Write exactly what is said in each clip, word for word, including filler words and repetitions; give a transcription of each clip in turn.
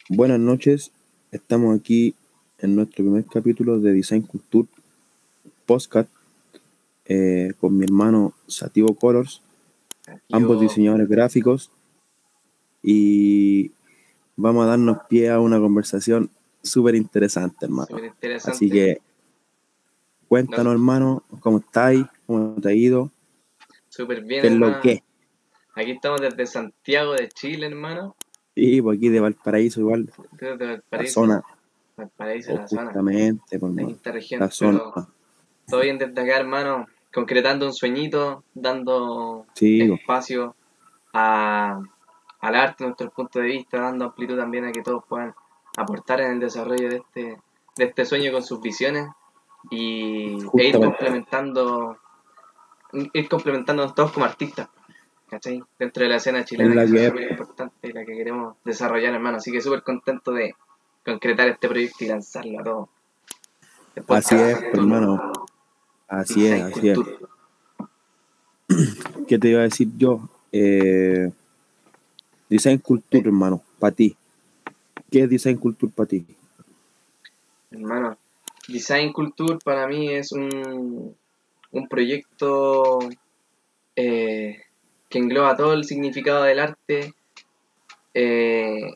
Buenas noches, estamos aquí en nuestro primer capítulo de Design Culture Podcast eh, con mi hermano Sativo Colors, ambos Yo, diseñadores gráficos, y vamos a darnos pie a una conversación súper interesante, hermano. súper Así interesante. que cuéntanos, Nos- hermano, cómo estáis, cómo te ha ido, Súper bien, qué es lo hermano. que. Aquí estamos desde Santiago de Chile, hermano. Y pues aquí de Valparaíso, igual, Desde la Valparaíso. zona, Valparaíso, o la zona, justamente, pues, la hermano, quinta región. la zona. Pero todo bien desde acá, hermano. Concretando un sueñito, dando Sí, pues, espacio a, al arte, nuestro punto de vista, dando amplitud también a que todos puedan aportar en el desarrollo de este, de este sueño con sus visiones y, e ir justamente, complementando, ir complementándonos todos como artistas. ¿Cachai? Dentro de la escena es chilena, que la eso es que es. súper importante y la que queremos desarrollar, hermano. Así que súper contento de concretar este proyecto y lanzarlo a todo. El Así podcast es, pues, Culture, hermano. Así es, Design así es. Culture. ¿Qué te iba a decir yo? Eh, Design Culture, hermano, para ti. ¿Qué es Design Culture para ti? Hermano, Design Culture para mí es un, un proyecto eh, que engloba todo el significado del arte eh,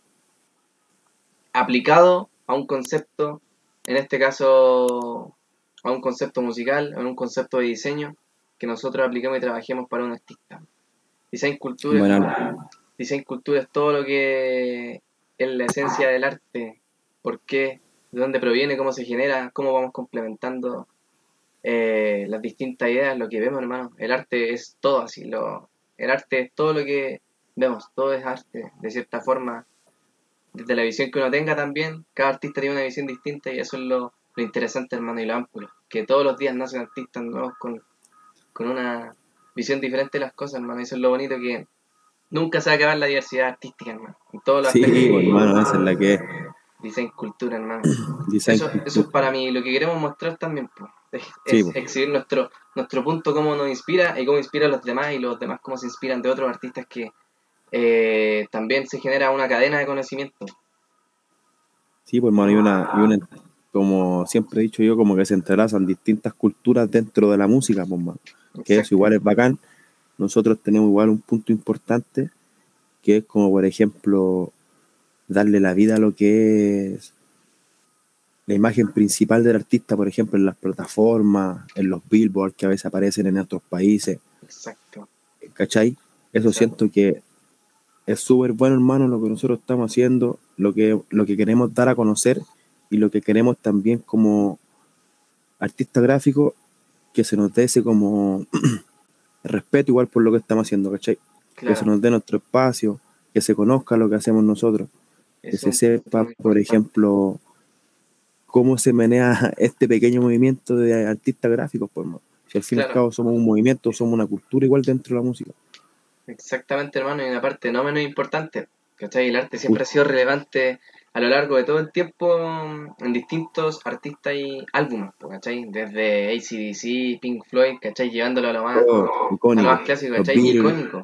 aplicado a un concepto, en este caso a un concepto musical, a un concepto de diseño que nosotros aplicamos y trabajemos para un artista. Design Culture es, Bueno, Design Culture es todo lo que es la esencia del arte, por qué, de dónde proviene, cómo se genera, cómo vamos complementando eh, las distintas ideas, lo que vemos, hermano. El arte es todo así, lo, el arte es todo lo que vemos, todo es arte, de cierta forma, desde la visión que uno tenga también, cada artista tiene una visión distinta y eso es lo, lo interesante, hermano, y lo amplio, que todos los días nacen artistas nuevos con, con una visión diferente de las cosas, hermano, y eso es lo bonito que nunca se va a acabar la diversidad artística, hermano, en todos los aspectos. sí, pues, hermano, esa es la que es. Design cultura, hermano. Design Eso, eso es Culture. para mí lo que queremos mostrar también, pues, es, Sí, es pues. exhibir nuestro, nuestro punto, cómo nos inspira y cómo inspira a los demás y los demás cómo se inspiran de otros artistas que eh, también se genera una cadena de conocimiento. Sí, pues, hermano, y una, y una, como siempre he dicho yo, como que se entrelazan distintas culturas dentro de la música, pues, hermano. Que eso Exacto, igual es bacán. Nosotros tenemos igual un punto importante, que es como, por ejemplo, darle la vida a lo que es la imagen principal del artista, por ejemplo, en las plataformas, en los billboards que a veces aparecen en otros países, exacto, ¿cachai? Eso exacto. siento que es súper bueno, hermano, lo que nosotros estamos haciendo, lo que, lo que queremos dar a conocer y lo que queremos también como artista gráfico, que se nos dé ese como respeto igual por lo que estamos haciendo, ¿cachai? Que se Claro, nos dé nuestro espacio, que se conozca lo que hacemos nosotros, que eso se es un punto sepa, muy por importante. ejemplo, cómo se menea este pequeño movimiento de artistas gráficos, pues, hermano. Si al fin y al Claro, cabo somos un movimiento, somos una cultura igual dentro de la música. exactamente, hermano, y una parte no menos importante, ¿cachai? El arte siempre Just- ha sido relevante a lo largo de todo el tiempo mm, en distintos artistas y álbumes, po, ¿cachai? Desde A C D C, Pink Floyd, ¿cachai? Llevándolo a lo más, todo a lo icónico. más clásico, Los ¿cachai? Beatles, Icónico.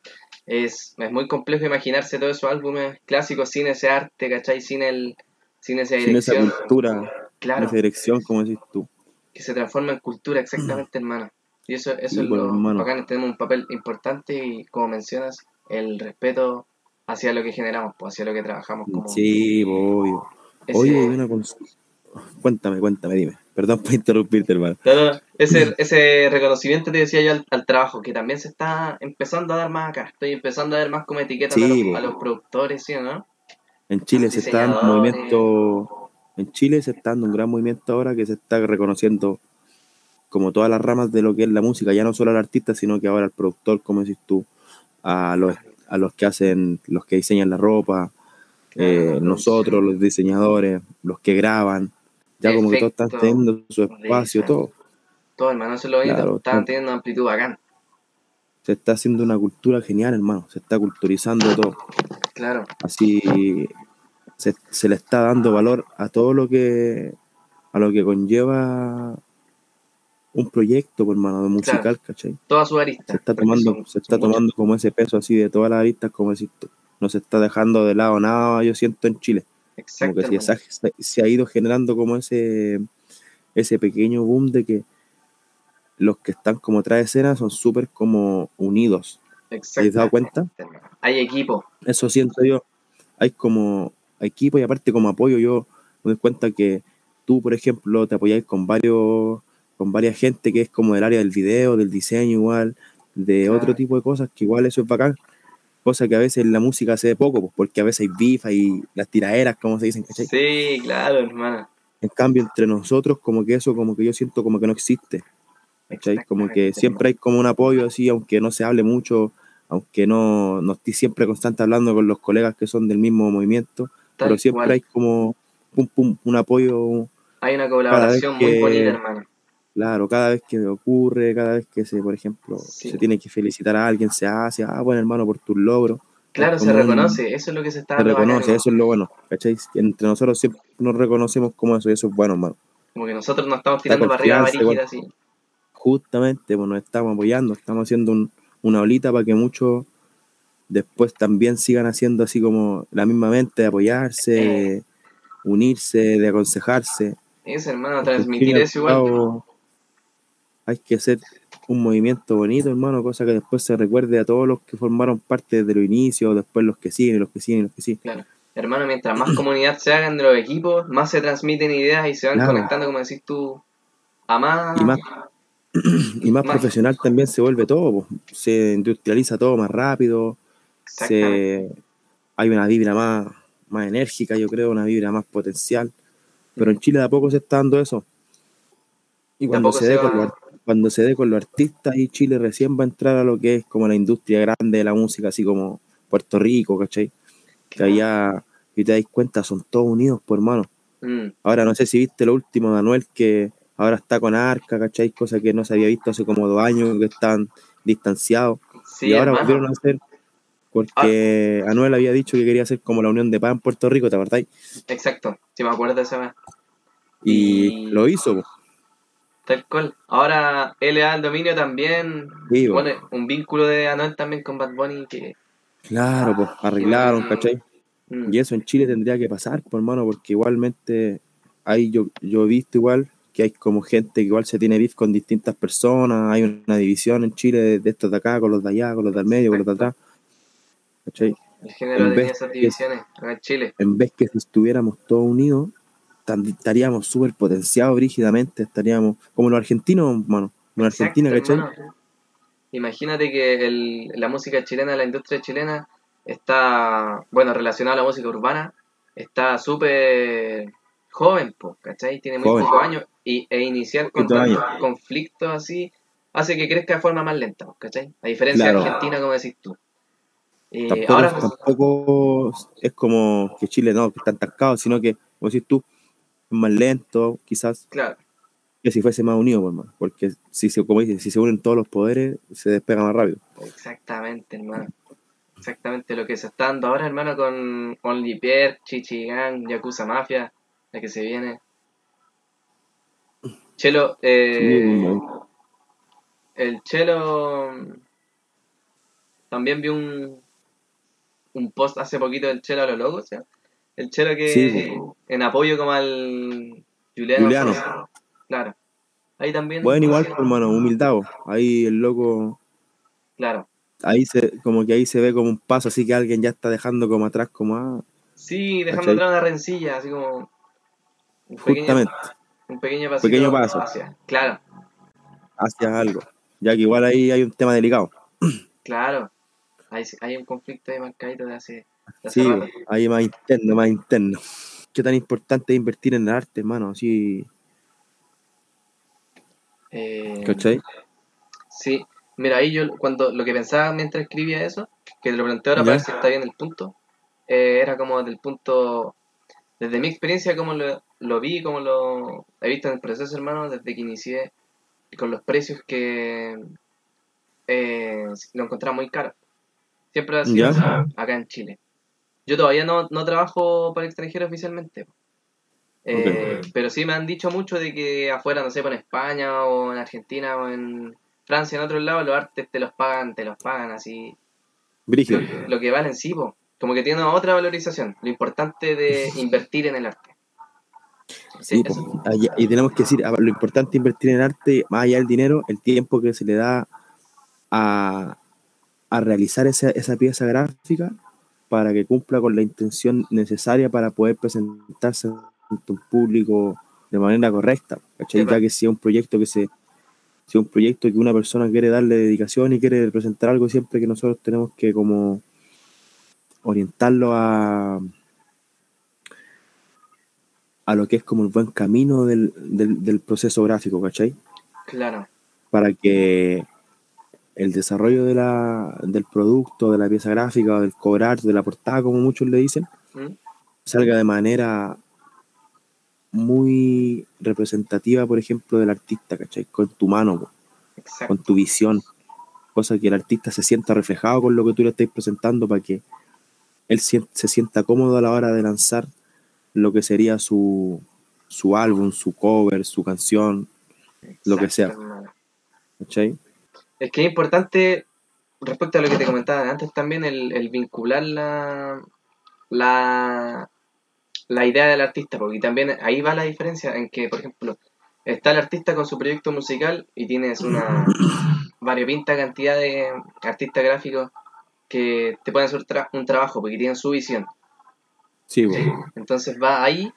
Es, es muy complejo imaginarse todos esos álbumes clásicos sin ese arte, ¿cachai? Sin el, sin esa sin esa dirección, cultura, sin esa claro, dirección, como decís tú. que se transforma en cultura exactamente, hermano. Y eso, eso Sí, es pues lo hermano. bacán, tenemos un papel importante y como mencionas, el respeto hacia lo que generamos, pues, hacia lo que trabajamos como Sí, pues, obvio. ese, Oye, una cons- cuéntame, cuéntame, dime. Perdón por interrumpirte, hermano. todo ese, ese reconocimiento te decía yo al, al trabajo, que también se está empezando a dar más acá. Estoy empezando a ver más como etiquetas a los, Sí, a pues. los productores, ¿sí o no? En A los Chile se está dando un diseñadores, movimiento, en Chile se está dando un gran movimiento ahora que se está reconociendo como todas las ramas de lo que es la música, ya no solo al artista, sino que ahora al productor, como decís tú, a los, claro, a los que hacen, los que diseñan la ropa, claro, la eh, nosotros, producción, los diseñadores, los que graban, ya como que todos están efecto, teniendo su espacio, visual, todo. todo, hermano, eso es lo bonito, Claro, estaban están- teniendo una amplitud bacán, se está haciendo una cultura genial, hermano, se está culturizando todo. claro, Así se, se le está dando valor a todo lo que, a lo que conlleva un proyecto, pues, hermano, de claro, musical, ¿cachai? todas sus Se aristas, está porque tomando, son, se son está muchas. tomando como ese peso así de todas las aristas, como decís tú. No se está dejando de lado nada, yo siento, en Chile. Como Exacto, que hermano. se, se ha ido generando como ese, ese pequeño boom de que los que están como tras escena son súper como unidos. ¿Te has dado Exactamente, cuenta? hermano. Hay equipo. Eso siento yo. Hay como equipo y aparte como apoyo yo me doy cuenta que tú, por ejemplo, te apoyáis con varios, con varias gente que es como del área del video, del diseño igual, de otro Claro. tipo de cosas, que igual eso es bacán. Cosa que a veces en la música se ve poco, pues, porque a veces hay beef, hay las tiraderas, como se dicen, ¿cachai? Sí, claro, hermano. En cambio, entre nosotros, como que eso, como que yo siento como que no existe, ¿cachai? Como que Exactamente, siempre hermano. hay como un apoyo así, aunque no se hable mucho, aunque no, no esté siempre constante hablando con los colegas que son del mismo movimiento, pero Tal siempre cual. hay como pum, pum, un apoyo Hay una cada vez colaboración muy bonita, que, hermano. claro, cada vez que ocurre, cada vez que se, por ejemplo, Sí. se tiene que felicitar a alguien, se hace, ah, bueno, hermano, por tus logros. Hay Claro, se como un, reconoce. Eso es lo que se está se dando bacán, reconoce, hermano. eso es lo bueno, ¿cachai? Entre nosotros siempre nos reconocemos como eso, y eso es bueno, hermano. Como que nosotros nos estamos Da tirando para arriba, confianza, igual. varígida, así. Justamente, pues nos estamos apoyando, estamos haciendo un, una olita para que muchos después también sigan haciendo así como la misma mente de apoyarse, Eh, de unirse, de aconsejarse, eso, hermano, porque al fin y transmitir al eso igual. cabo hay que hacer un movimiento bonito, hermano, cosa que después se recuerde a todos los que formaron parte desde los inicios, después los que siguen, y los que siguen, y los que siguen. Claro. Hermano, mientras más comunidad se hagan de los equipos, más se transmiten ideas y se van Claro, conectando, como decís tú, a y más, más, y más más. profesional también se vuelve todo, pues. Se industrializa todo más rápido, Exactamente. se, hay una vibra más, más enérgica, yo creo, una vibra más potencial. Pero Mm. en Chile de a poco se está dando eso. Y De a cuando poco se se dé con los, va. cuando se dé con los artistas, y Chile recién va a entrar a lo que es como la industria grande de la música, así como Puerto Rico, ¿cachai? Que Claro. allá, y te das cuenta, son todos unidos, por hermano. Mm. Ahora no sé si viste lo último de Anuel, que ahora está con Arca, ¿cachai? Cosa que no se había visto hace como dos años, que están distanciados. Y Sí, ahora volvieron hermano. a hacer, Ah, porque Anuel había dicho que quería hacer como la Unión de Paz en Puerto Rico, ¿te acordáis? exacto. Si me acuerdo de esa vez. Y Y lo hizo, po. tal cual. Ahora L A al dominio también. Sí, po. Bueno, un vínculo de Anuel también con Bad Bunny que. Claro, pues Que igual. arreglaron, ¿cachai? Mm. Y eso en Chile tendría que pasar, por hermano, porque igualmente hay, yo, yo he visto igual que hay como gente que igual se tiene beef con distintas personas, hay una división en Chile de, de estos de acá, con los de allá, con los del medio, con los de Exacto. atrás, ¿cachai? El género En tenía vez esas que, divisiones acá en Chile. en vez que si estuviéramos todos unidos, tan- estaríamos súper potenciados brígidamente, estaríamos como los argentinos, hermano, como en Argentina, Exacto, ¿cachai? hermano. Imagínate que el, la música chilena, la industria chilena, está, bueno, relacionada a la música urbana, está súper joven, po, ¿cachai? Tiene muy Joven, pocos años y, e iniciar con poquitos tantos años. conflictos así hace que crezca de forma más lenta, po, ¿cachai? A diferencia de Claro, Argentina, como decís tú. Y tampoco, ahora, es- tampoco es como que Chile no, que está estancado, sino que, como decís tú, es más lento, quizás, claro, que si fuese más unido, por más. Porque si se, como dices, si se unen todos los poderes, se despega más rápido. exactamente, hermano. Exactamente lo que se está dando ahora, hermano, con Only Pierre, Chichi Gang, Yakuza Mafia, la que se viene. Chelo, Sí, eh, hermano. el Chelo también vi un, un post hace poquito del Chelo a los locos, ¿sí? El Chelo Sí, po. que en apoyo como al Juliano Juliano. Alfonso, claro. Ahí también Bueno, igual, por haciendo, hermano, humildad, po. Ahí el loco, claro. ahí se, como que ahí se ve como un paso, así que alguien ya está dejando como atrás, como, ah, Sí, dejando ¿cachai? atrás una rencilla, así como un pequeño, Justamente, un pequeño pequeño pasito paso hacia, claro, hacia algo. Ya que igual ahí hay un tema delicado. claro. Hay, hay un conflicto ahí marcadito de hace, de hace Sí, rato. po. Ahí más interno, más interno. Qué tan importante es invertir en el arte, hermano, así, Eh, ¿cachai? sí, mira, ahí yo cuando lo que pensaba mientras escribía eso, que te lo planteo ahora para ver ¿Ya? si está bien el punto, eh, era como del punto, desde mi experiencia, como lo, lo vi, como lo he visto en el proceso, hermano, desde que inicié, con los precios que eh, lo encontraba muy caro. Siempre ha sido ¿Ya? así, acá en Chile. Yo todavía no, no trabajo para el extranjero oficialmente, Ok. eh, pero sí me han dicho mucho de que afuera, no sé, pues en España o en Argentina o en Francia, en otros lados, los artes te los pagan, te los pagan así Brígido. lo que valen, sí, po, Como que tiene otra valorización. Lo importante de invertir en el arte. Sí, Sí, pues, eso. allá- y tenemos que decir, a- lo importante es invertir en arte, más allá del dinero, el tiempo que se le da a, a realizar esa, esa pieza gráfica para que cumpla con la intención necesaria para poder presentarse ante un público de manera correcta, ¿cachai? Ya Sepa. que sea un proyecto que se, sea un proyecto que una persona quiere darle dedicación y quiere presentar algo, siempre que nosotros tenemos que como orientarlo a, a lo que es como el buen camino del, del, del proceso gráfico, ¿cachai? Claro. Para que el desarrollo de la, del producto, de la pieza gráfica, o del cover art, de la portada, como muchos le dicen, ¿Mm? salga de manera muy representativa, por ejemplo, del artista, ¿cachai? Con tu mano, po, con Exacto. tu visión, cosa que el artista se sienta reflejado con lo que tú le estás presentando para que él se, se sienta cómodo a la hora de lanzar lo que sería su, su álbum, su cover, su canción, lo que Exacto, sea, hermano. ¿cachai? Es que es importante, respecto a lo que te comentaba antes también, el, el vincular la, la, la idea del artista, porque también ahí va la diferencia en que, por ejemplo, está el artista con su proyecto musical y tienes una variopinta cantidad de artistas gráficos que te pueden hacer tra- un trabajo porque tienen su visión. Sí, po. ¿Sí? Entonces va ahí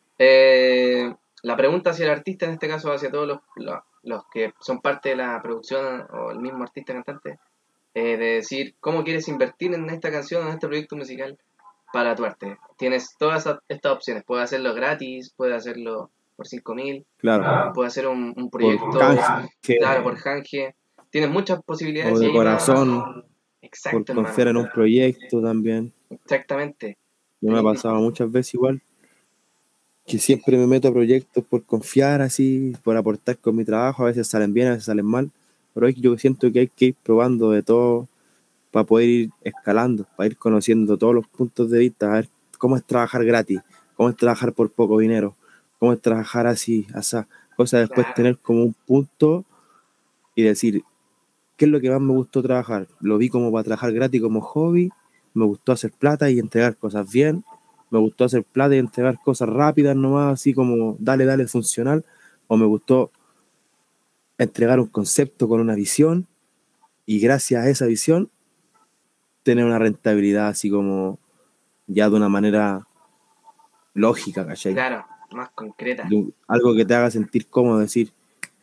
eh, la pregunta hacia el artista, en este caso hacia todos los, los, los que son parte de la producción o el mismo artista cantante, eh, de decir cómo quieres invertir en esta canción o en este proyecto musical para tu arte. Tienes todas estas opciones. Puedes hacerlo gratis, puedes hacerlo por cinco mil, Claro, puedes hacer un, un por proyecto, canje claro, por Hanje. Tienes muchas o posibilidades y de ahí va. corazón, por Exacto, hermano. confiar en un proyecto también. Exactamente. Yo me ha Ahí, pasado muchas veces igual, que siempre me meto a proyectos por confiar así, por aportar con mi trabajo, a veces salen bien, a veces salen mal, pero es que yo siento que hay que ir probando de todo para poder ir escalando, para ir conociendo todos los puntos de vista, a ver cómo es trabajar gratis, cómo es trabajar por poco dinero, cómo es trabajar así, esa cosa, después claro, tener como un punto y decir, ¿qué es lo que más me gustó trabajar? Lo vi como para trabajar gratis como hobby, me gustó hacer plata y entregar cosas bien, me gustó hacer plata y entregar cosas rápidas nomás, así como dale, dale, funcional, o me gustó entregar un concepto con una visión y gracias a esa visión tener una rentabilidad así como ya de una manera lógica, ¿cachai? claro, más concreta. De un- algo que te haga sentir cómodo, decir,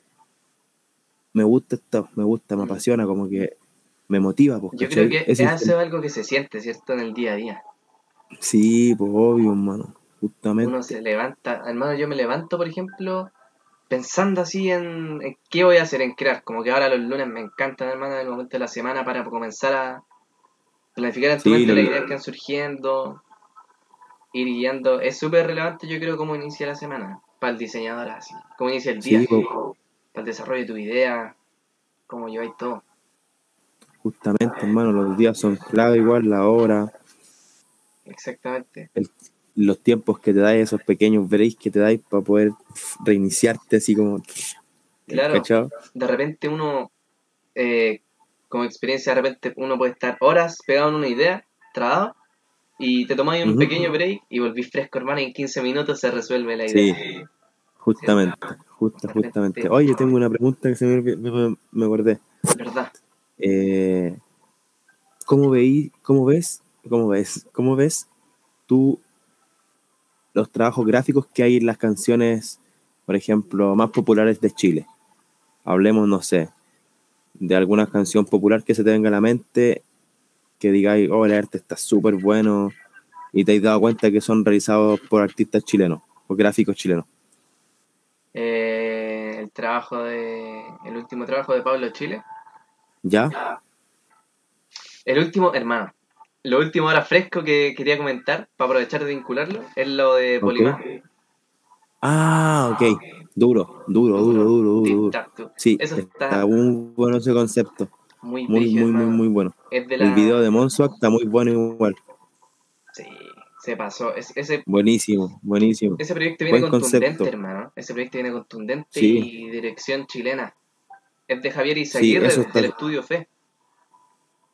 me gusta esto, me gusta, me Mm. apasiona, como que me motiva, pues, Yo creo ¿cachai? que Ese es eso el... es algo que se siente, ¿cierto? En el día a día. Sí, pues obvio, hermano, Uno se justamente. levanta, hermano, yo me levanto, por ejemplo, pensando así en, en qué voy a hacer, en crear. Como que ahora los lunes me encantan, hermano, en el momento de la semana para comenzar a planificar en tu Sí, mente lo, las ideas que van surgiendo, ir guiando. Es súper relevante, yo creo, cómo inicia la semana para el diseñador, así. Cómo inicia el día, sí, pues, para el desarrollo de tu idea, cómo lleváis todo. justamente, hermano, los días son clave igual, la hora, Exactamente. el- los tiempos que te dais, esos pequeños breaks que te dais para poder reiniciarte así como, Claro, ¿cachado? de repente uno, eh, como experiencia, de repente uno puede estar horas pegado en una idea, trabado, y te tomáis un Ujú. pequeño break y volvís fresco, hermano, y en quince minutos se resuelve la idea. Sí, ¿Cierto? justamente, justa, De justamente. repente, Oye, tengo una pregunta que se me, me, me acordé. ¿verdad? Eh, ¿cómo veí, cómo ves, cómo ves, cómo ves tú los trabajos gráficos que hay en las canciones, por ejemplo, más populares de Chile? Hablemos, no sé, de alguna canción popular que se te venga a la mente, que digáis, oh, el arte está súper bueno, y te has dado cuenta que son realizados por artistas chilenos, por gráficos chilenos. Eh, el trabajo de. El último trabajo de Pablo Chile. ¿Ya? El último, hermano. Lo último ahora fresco que quería comentar, para aprovechar de vincularlo, es lo de Ok. Polimá. Ah, ok. Duro, duro, duro, Duro. duro, duro, Tip duro. tap, tú. Sí, Eso está está muy bueno ese concepto. muy Muy, brígido, muy, muy, hermano. muy bueno. Es de El video de la. Monsuak está muy bueno igual. Sí, se pasó. Es, ese, Buenísimo, buenísimo. ese proyecto viene Buen contundente, concepto. hermano. Ese proyecto viene contundente Sí, y dirección chilena. Es de Javier sí, Izaguirre, eso del está. estudio Fe.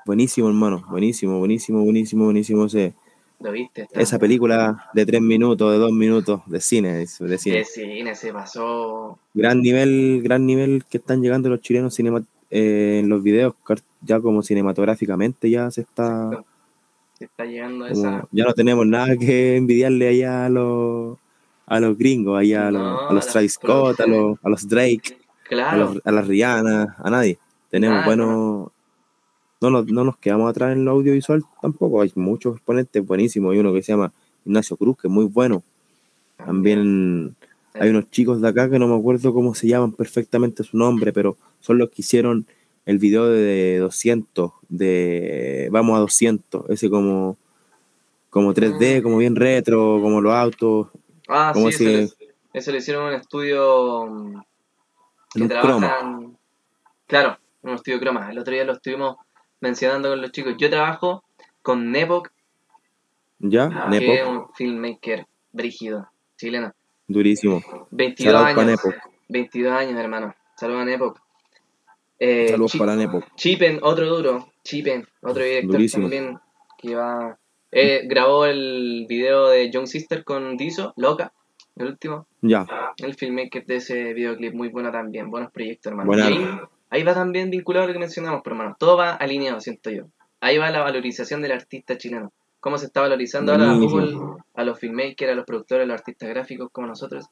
Buenísimo, hermano. Buenísimo, buenísimo, buenísimo, buenísimo. Ese, ¿Lo viste? Está esa muy película de tres minutos, de dos minutos, de cine, de de cine. cine, se pasó. Gran nivel, gran nivel que están llegando los chilenos cinema, eh, en los videos, car- ya como cinematográficamente ya se está, Exacto. Se está llegando a esa. como, ya no tenemos nada que envidiarle allá a los, a los gringos, allá a los, a No, los las Travis Scott, a producciones. los, a los Drake, a los, Claro, a las Rihanna, a nadie. Tenemos nada, hermano. buenos, no nos, no nos quedamos atrás en lo audiovisual tampoco, hay muchos exponentes buenísimos, hay uno que se llama Ignacio Cruz, que es muy bueno. También. También hay El- unos chicos de acá que no me acuerdo cómo se llaman perfectamente su nombre, pero son los que hicieron el video de doscientos, de Vamos a doscientos, ese como, como tres D, como bien retro, como los autos, Ah, como sí, eso, ese les, eso lo hicieron en un estudio mm, en que un croma. trabajan. Claro, en un estudio croma. El otro día lo estuvimos mencionando con los chicos. Yo trabajo con Nepok, ¿Ya? que es Nepok, un filmmaker brígido, chileno. durísimo. Shout veintidós out para años, Nepok. veintidós años, hermano. Saludos a Nepok. Eh, Saludos Chi- para Nepok. Chipen, otro duro. Chipen, otro director Durísimo. también que va. Eh, grabó el video de Young Sister con Dizo, Loca, el último. Ya, El filmmaker de ese videoclip, muy bueno también. Buenos proyectos, hermano. Y ahí, buena. ahí va también vinculado a lo que mencionamos, pero hermano. Todo va alineado, siento yo. Ahí va la valorización del artista chileno. Cómo se está valorizando ahora a Buenísimo. Google, a los filmmakers, a los productores, a los artistas gráficos como nosotros.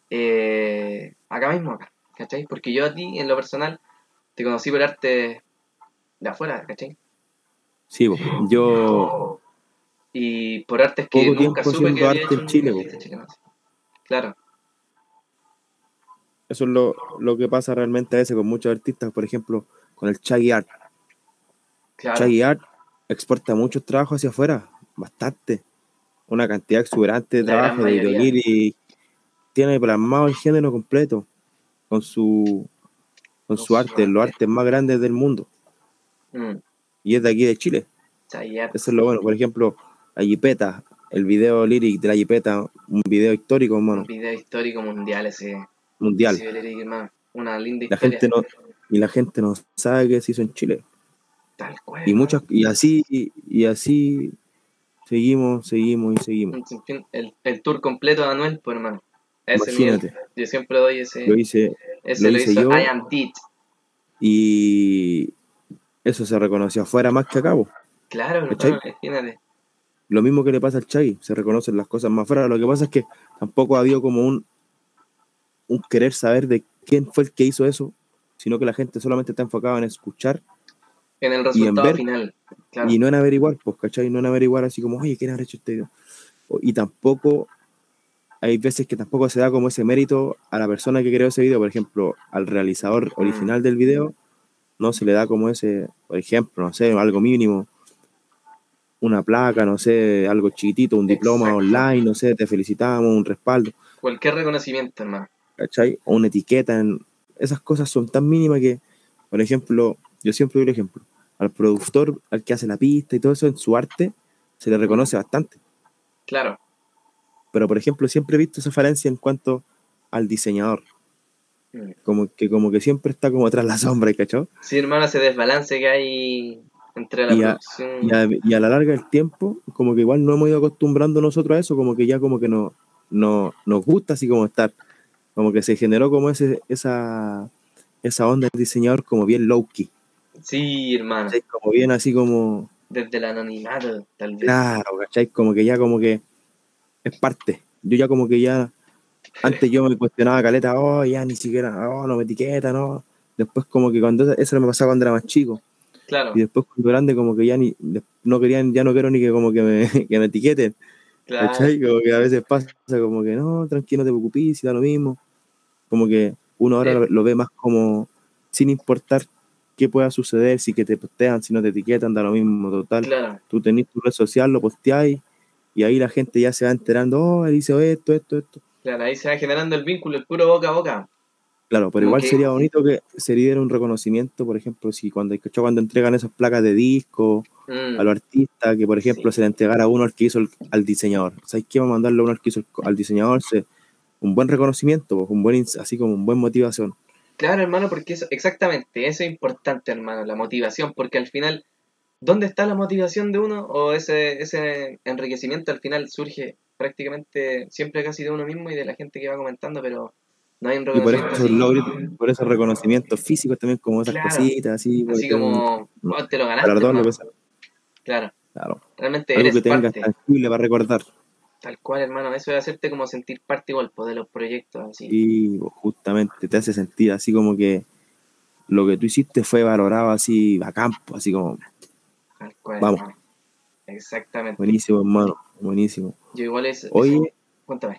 Eh, acá mismo, acá, ¿cachai? Porque yo a ti, en lo personal, te conocí por arte de afuera, ¿cachai? Sí, po. Yo Y por artes que poco nunca tiempo supe que haciendo había arte hecho en un Chile, po. artista chileno. Claro, Eso es lo, lo que pasa realmente a veces con muchos artistas, por ejemplo, con el Chaggy Art. claro. Chaggy Art exporta muchos trabajos hacia afuera, bastante. Una cantidad exuberante de La gran trabajo de mayoría. Videoliri. Tiene plasmado el género completo con su, con Con su su arte, los arte. artes más grandes del mundo. Mm, Y es de aquí de Chile. Chayat. Eso es lo bueno. Por ejemplo, la Jipeta, el video lyric de la Jipeta, un video histórico, Un hermano, video histórico mundial ese. mundial. Ese Lyric, hermano. Una linda La historia. gente no, y la gente no sabe que se hizo en Chile. Tal cual, Y muchas, hermano. y así, y así seguimos, seguimos y seguimos. Un sinfín- El, el tour completo de Anuel, pues, hermano. A ese nivel. Imagínate, Yo siempre doy lo ese. hice, lo Ese lo hice hizo I yo Am Dead. y eso se reconoció afuera más que acá, po, Claro, hermano, ¿cachai? imagínate. Lo mismo que le pasa al Chagui, se reconocen las cosas más afuera. Lo que pasa es que tampoco ha habido como un, un querer saber de quién fue el que hizo eso, sino que la gente solamente está enfocada en escuchar En el y en resultado ver final. y Claro. no en averiguar, pues, ¿cachai? No en averiguar así como, oye, ¿quién habrá hecho este video? O- Y tampoco, hay veces que tampoco se da como ese mérito a la persona que creó ese video, por ejemplo, al realizador Mm, original del video, no se le da como ese, por ejemplo, no sé, algo mínimo, una placa, no sé, algo chiquitito, un diploma exacto. online, no sé, te felicitamos, un respaldo, Cualquier reconocimiento, hermano. ¿cachai? O una etiqueta, en, esas cosas son tan mínimas que, por ejemplo, yo siempre doy el ejemplo, al productor, al que hace la pista y todo eso en su arte, se le Mm, reconoce bastante. claro. Pero, por ejemplo, siempre he visto esa falencia en cuanto al diseñador, Mm. como que, como que siempre está como tras la sombra, ¿cachai? Sí, hermano, ese desbalance que hay entre la Y a, y, producción. a, y a la larga del tiempo, como que igual no hemos ido acostumbrando nosotros a eso, como que ya como que no, no, nos gusta así como estar, como que se generó como ese, esa, esa onda del diseñador como bien low-key, Sí, hermano. ¿cachai? Como bien así como, Desde el anonimato, tal vez. claro, ¿cachai? Como que ya como que es parte. Yo ya como que ya, antes yo me cuestionaba caleta, oh, ya ni siquiera, oh, no me etiqueta, no. Después como que cuando, eso me pasaba cuando era más chico. Y Claro, después cuando grande como que ya ni, no querían, ya no quiero ni que como que me, que me etiqueten. claro. ¿Cachai? Como que a veces pasa como que no, tranquilo, no te preocupes, si da lo mismo. Como que uno ahora Eh, lo, lo ve más como sin importar qué pueda suceder, si que te postean, si no te etiquetan, da lo mismo, total. claro. Tú tenés tu red social, lo posteáis y ahí la gente ya se va enterando, oh, él hizo esto, esto, esto. Claro, ahí se va generando el vínculo, el puro boca a boca. Claro, pero Como igual que, sería bonito que se le diera un reconocimiento, por ejemplo, si cuando, ¿cachai? Cuando entregan esas placas de disco a mm, los artistas, que por ejemplo sí. se le entregara a uno al que hizo el, al diseñador. ¿Sabes qué? Vamos a mandarle a uno al que hizo el, al diseñador, se, un buen reconocimiento, pues, un buen, así como un buen motivación. Claro, hermano, porque eso, exactamente, eso es importante, hermano, la motivación, porque al final ¿dónde está la motivación de uno? O ese, ese enriquecimiento al final surge prácticamente siempre casi de uno mismo y de la gente que va comentando, pero no hay un Y por reconocimiento esos así, logros, por esos reconocimientos físicos también, como esas claro, cositas, así, por así ejemplo, un, como, un oh, te lo ganaste, galardón, lo que hermano. sea. Claro, Claro. realmente Algo que eres tengas parte, tangible para recordar. tal cual, hermano. Eso es hacerte como sentir parte igual, pues, de los proyectos, así, Y pues, justamente te hace sentir así como que lo que tú hiciste fue valorado así a campo, así como, tal cual, vamos, hermano. Exactamente. buenísimo, hermano, buenísimo. Yo igual es, Oye, eso, cuéntame.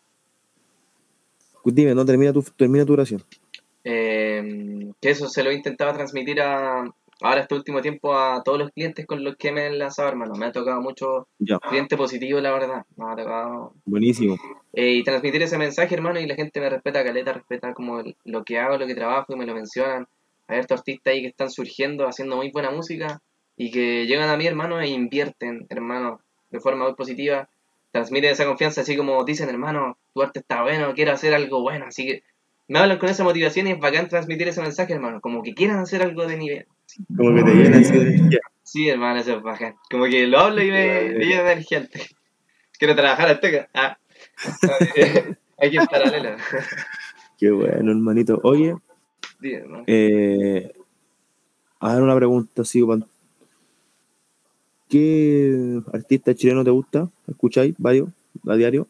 dime, no termina tu, termina tu oración. Eh, que eso se lo intentaba transmitir a, ahora este último tiempo a todos los clientes con los que me he enlazado, hermano. Me ha tocado mucho Ya, cliente positivo, la verdad. Me ha tocado. buenísimo. Eh, y transmitir ese mensaje, hermano, y la gente me respeta, caleta, respeta como el- lo que hago, lo que trabajo y me lo mencionan. Hay estos artistas ahí que están surgiendo, haciendo muy buena música y que llegan a mí, hermano, e invierten, hermano, de forma muy positiva. Transmiten esa confianza, así como dicen, hermano, tu arte está bueno, quiero hacer algo bueno. Así que me hablan con esa motivación y es bacán transmitir ese mensaje, hermano, como que quieran hacer algo de nivel. Como que te llena así de energía. Sí, hermano, eso es bacán. Como que lo hablo y Qué me, me bueno, llena de energía. Quiero trabajar al toque. Ah, aquí en paralelo. qué bueno, hermanito. Oye, Dime, hermano. eh, a ver una pregunta así, pa- ¿qué artista chileno te gusta? ¿Escucháis varios a diario?